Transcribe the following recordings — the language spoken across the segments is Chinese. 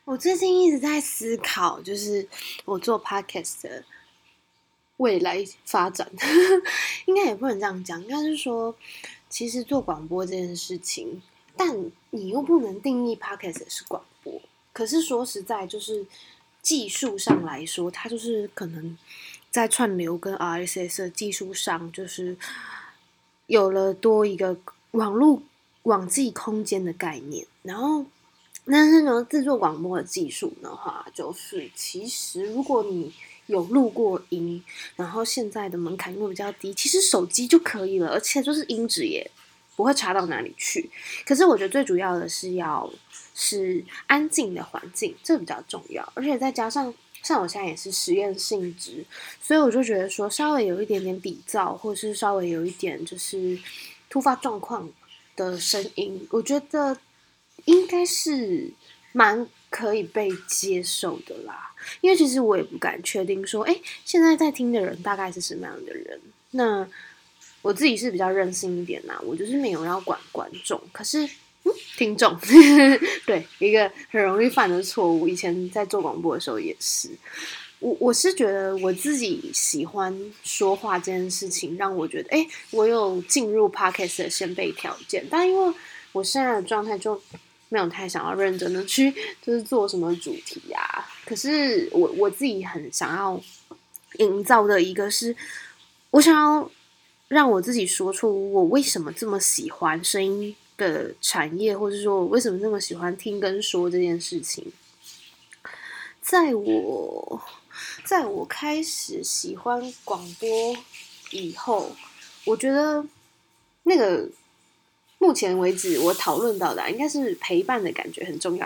我最近一直在思考，就是我做 podcast 的未来发展，应该也不能这样讲，应该是说，其实做广播这件事情，但你又不能定义 podcast 是广播。可是说实在，就是技术上来说，它就是可能在串流跟 RSS 的技术上，就是有了多一个网际空间的概念，然后。但是呢，制作广播的技术的话，就是其实如果你有录过音，然后现在的门槛又比较低，其实手机就可以了，而且就是音质也不会差到哪里去。可是我觉得最主要的是安静的环境，这个比较重要，而且再加上像我现在也是实验性质，所以我就觉得说稍微有一点点底噪，或是稍微有一点就是突发状况的声音，我觉得应该是蛮可以被接受的啦。因为其实我也不敢确定说，现在在听的人大概是什么样的人。那我自己是比较任性一点啦，我就是没有要管观众，可是听众对一个很容易犯的错误，以前在做广播的时候也是。我是觉得我自己喜欢说话这件事情，让我觉得，我有进入 podcast 的先备条件，但因为我现在的状态就没有太想要认真的去就是做什么主题啊。可是我自己很想要营造的一个是，我想要让我自己说出我为什么这么喜欢声音的产业，或者说我为什么那么喜欢听跟说这件事情。在我在我开始喜欢广播以后，我觉得那个目前为止我讨论到的应该是陪伴的感觉很重要。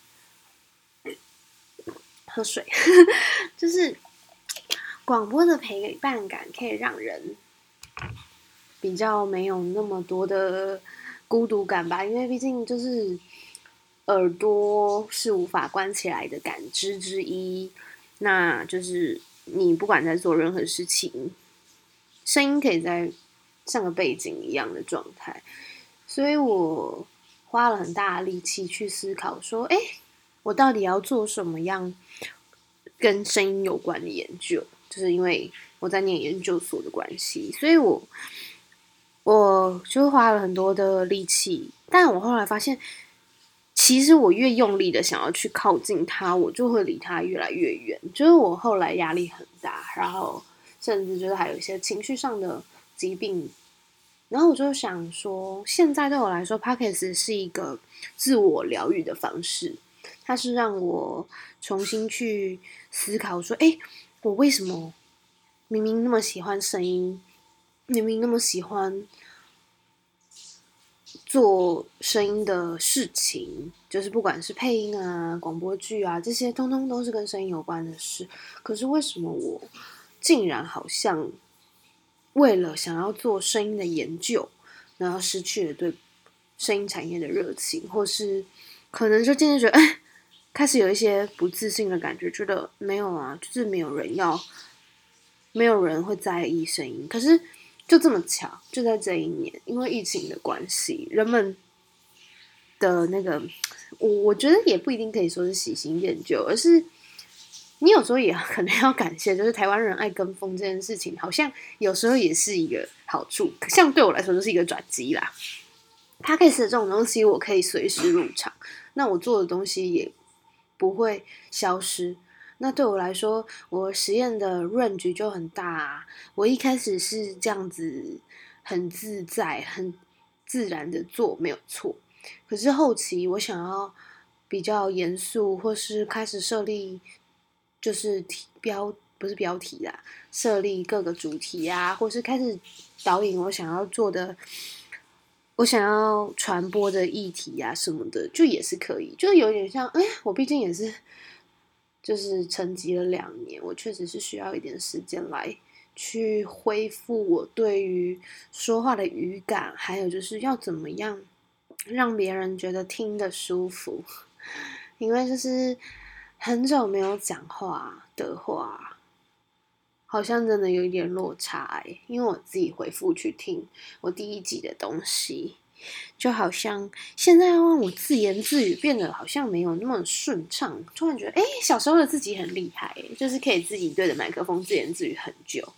喝水，就是广播的陪伴感可以让人比较没有那么多的孤独感吧，因为毕竟就是耳朵是无法关起来的感知之一，那就是你不管在做任何事情，声音可以在像个背景一样的状态，所以我花了很大的力气去思考说，我到底要做什么样跟声音有关的研究？就是因为我在念研究所的关系，所以我就花了很多的力气，但我后来发现，其实我越用力的想要去靠近他，我就会离他越来越远。就是我后来压力很大，然后甚至就是还有一些情绪上的疾病。然后我就想说，现在对我来说 p o d c a s t 是一个自我疗愈的方式，它是让我重新去思考说，我为什么明明那么喜欢声音，明明那么喜欢做声音的事情，就是不管是配音啊、广播剧啊，这些通通都是跟声音有关的事。可是为什么我竟然好像为了想要做声音的研究，然后失去了对声音产业的热情，或是可能就渐渐觉得，开始有一些不自信的感觉，觉得没有啊，就是没有人会在意声音。可是就这么巧，就在这一年，因为疫情的关系，人们的那个，我觉得也不一定可以说是喜新厌旧，而是你有时候也可能要感谢，就是台湾人爱跟风这件事情，好像有时候也是一个好处，像对我来说就是一个转机啦。Podcast 这种东西，我可以随时入场，那我做的东西也不会消失。那对我来说，我实验的 range 就很大啊。我一开始是这样子，很自在、很自然的做，没有错。可是后期我想要比较严肃，或是开始设立，就是不是标题啦，设立各个主题啊，或是开始导引我想要做的。我想要传播的议题啊什么的，就也是可以，就有点像，我毕竟也是，就是沉寂了2年，我确实是需要一点时间来去恢复我对于说话的语感，还有就是要怎么样让别人觉得听得舒服，因为就是很久没有讲话的话，好像真的有一点落差因为我自己回复去听我第1集的东西， 就好像现在要让我自言自语变得好像没有那么顺畅，突然觉得小时候的自己很厉害，就是可以自己对着麦克风自言自语很久。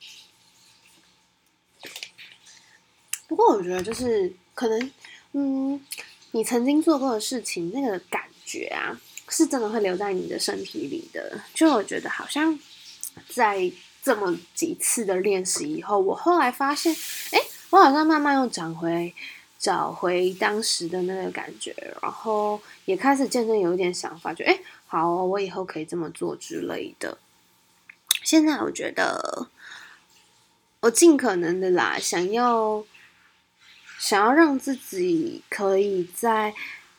不过我觉得就是可能你曾经做过的事情那个感觉啊是真的会留在你的身体里的。就我觉得好像在这么几次的练习以后，我后来发现我好像慢慢又找回当时的那个感觉，然后也开始渐渐有一点想法，就好我以后可以这么做之类的。现在我觉得我尽可能的啦，想要让自己可以在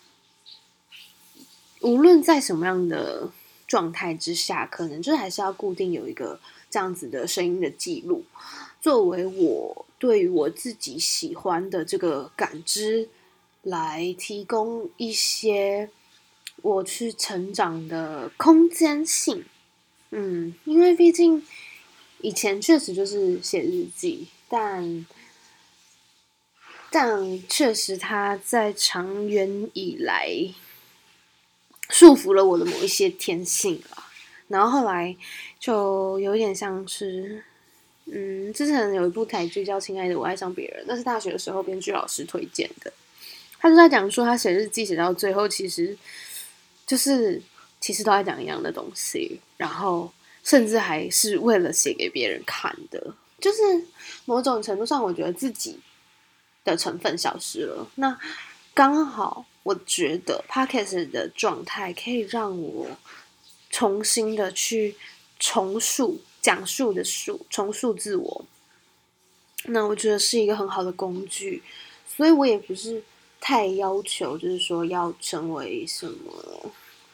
无论在什么样的状态之下，可能就是还是要固定有一个这样子的声音的记录，作为我对于我自己喜欢的这个感知来提供一些我去成长的空间性。因为毕竟以前确实就是写日记，但确实它在长远以来束缚了我的某一些天性啦。然后后来就有点像是之前有一部台剧叫《亲爱的我爱上别人》，那是大学的时候编剧老师推荐的。他就在讲说，他写日记写到最后，其实都在讲一样的东西，然后甚至还是为了写给别人看的。就是某种程度上，我觉得自己的成分消失了。那刚好，我觉得 Podcast 的状态可以让我重新的去重述自我。那我觉得是一个很好的工具，所以我也不是太要求，就是说要成为什么，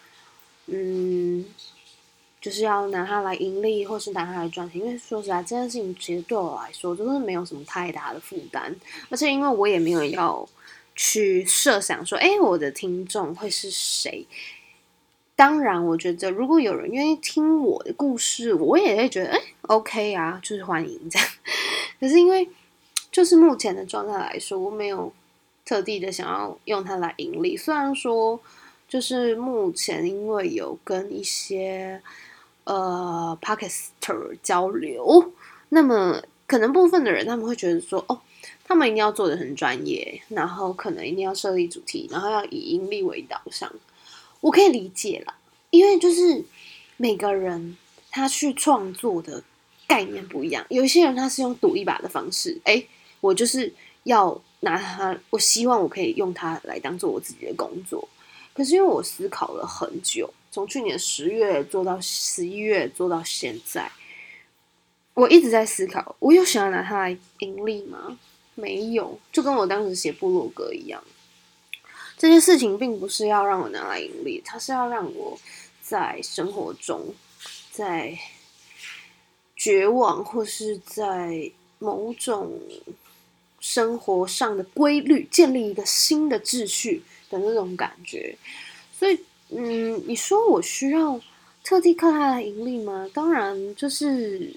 就是要拿它来盈利，或是拿它来赚钱。因为说实在，这件事情其实对我来说，就是没有什么太大的负担，而且因为我也没有要去设想说，我的听众会是谁。当然，我觉得如果有人愿意听我的故事，我也会觉得OK 啊，就是欢迎这样。可是因为就是目前的状态来说，我没有特地的想要用它来盈利。虽然说就是目前因为有跟一些Podcaster 交流，那么可能部分的人他们会觉得说他们一定要做得很专业，然后可能一定要设立主题，然后要以盈利为导向。我可以理解啦，因为就是每个人他去创作的概念不一样，有一些人他是用赌一把的方式，我就是要拿它，我希望我可以用它来当做我自己的工作。可是因为我思考了很久，从去年10月做到11月，做到现在，我一直在思考，我有想要拿它来盈利吗？没有，就跟我当时写部落格一样。这件事情并不是要让我拿来盈利，它是要让我在生活中，在绝望或是在某种生活上的规律，建立一个新的秩序的那种感觉。所以，你说我需要特地靠它来盈利吗？当然，就是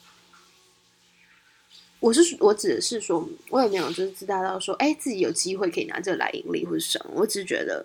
我指的是说，我也没有就是自大到说，自己有机会可以拿这个来盈利或是什么。我只是觉得，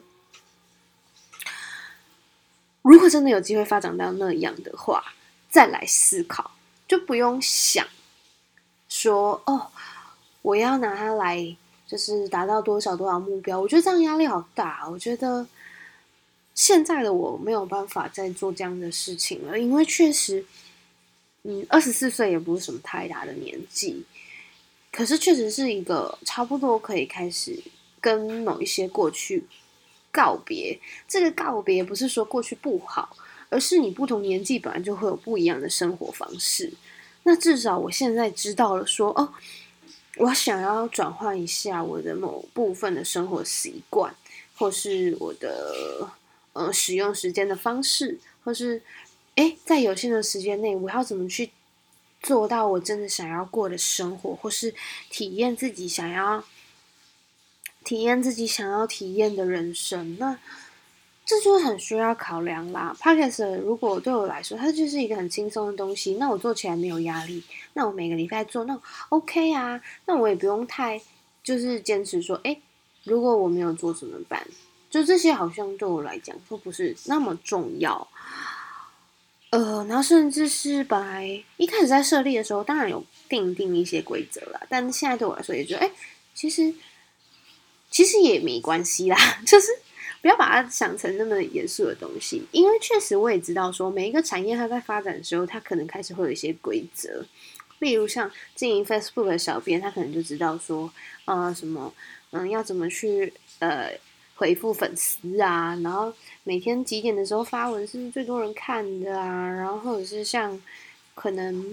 如果真的有机会发展到那样的话，再来思考，就不用想说我要拿它来就是达到多少目标。我觉得这样压力好大。我觉得现在的我没有办法再做这样的事情了，因为确实24岁也不是什么太大的年纪，可是确实是一个差不多可以开始跟某一些过去告别。这个告别不是说过去不好，而是你不同年纪本来就会有不一样的生活方式。那至少我现在知道了说我想要转换一下我的某部分的生活习惯，或是我的使用时间的方式，或是在有限的时间内，我要怎么去做到我真的想要过的生活，或是体验自己想要体验的人生。那这就很需要考量啦。Podcast 如果对我来说，它就是一个很轻松的东西，那我做起来没有压力，那我每个礼拜做，那 OK 啊，那我也不用太就是坚持说，如果我没有做怎么办？就这些好像对我来讲都不是那么重要。然后甚至是本来一开始在设立的时候，当然有定一些规则啦，但是现在对我来说也觉得，其实也没关系啦，就是不要把它想成那么严肃的东西，因为确实我也知道说，每一个产业它在发展的时候，它可能开始会有一些规则，例如像经营 Facebook 的小编，他可能就知道说，什么，要怎么去回复粉丝啊，然后每天几点的时候发文是最多人看的啊，然后或者是像可能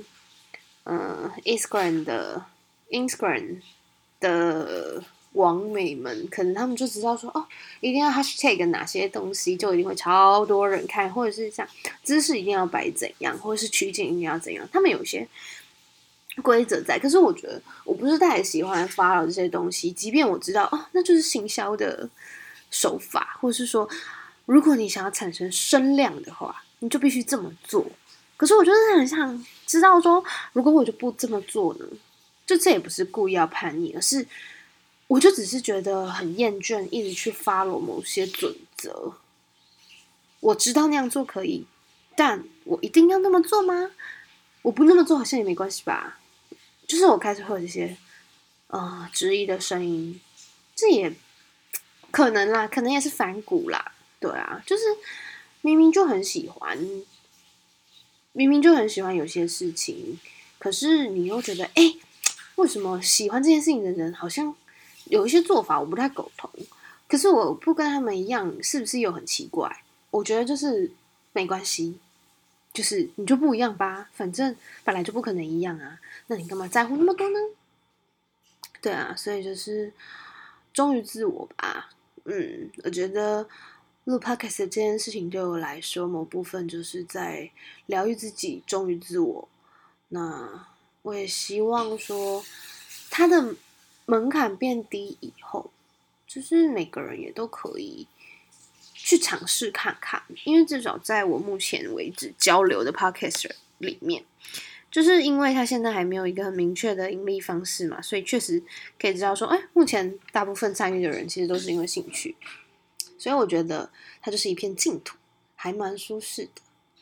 Instagram 的网美们，可能他们就知道说一定要 hashtag 哪些东西就一定会超多人看，或者是像姿势一定要摆怎样，或者是取景一定要怎样，他们有些规则在。可是我觉得我不是太喜欢 follow 这些东西，即便我知道那就是行销的手法，或是说如果你想要产生声量的话，你就必须这么做。可是我就是很想知道说，如果我就不这么做呢？就这也不是故意要叛逆，而是我就只是觉得很厌倦，一直去 follow 某些准则。我知道那样做可以，但我一定要那么做吗？我不那么做好像也没关系吧？就是我开始会有这些质疑的声音，这也可能啦，可能也是反骨啦，对啊，就是明明就很喜欢，明明就很喜欢有些事情，可是你又觉得，为什么喜欢这件事情的人好像有一些做法我不太苟同，可是我不跟他们一样，是不是又很奇怪？我觉得就是没关系，就是你就不一样吧，反正本来就不可能一样啊，那你干嘛在乎那么多呢？对啊，所以就是忠于自我吧。我觉得录 podcast 这件事情对我来说，某部分就是在疗愈自己，忠于自我。那我也希望说，它的门槛变低以后，就是每个人也都可以去尝试看看，因为至少在我目前为止交流的 podcast 里面。就是因为他现在还没有一个很明确的盈利方式嘛，所以确实可以知道说，目前大部分参与的人其实都是因为兴趣，所以我觉得它就是一片净土，还蛮舒适的。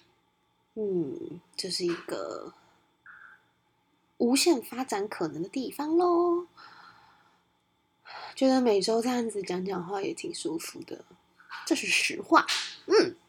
这是一个无限发展可能的地方咯。觉得每周这样子讲讲话也挺舒服的，这是实话。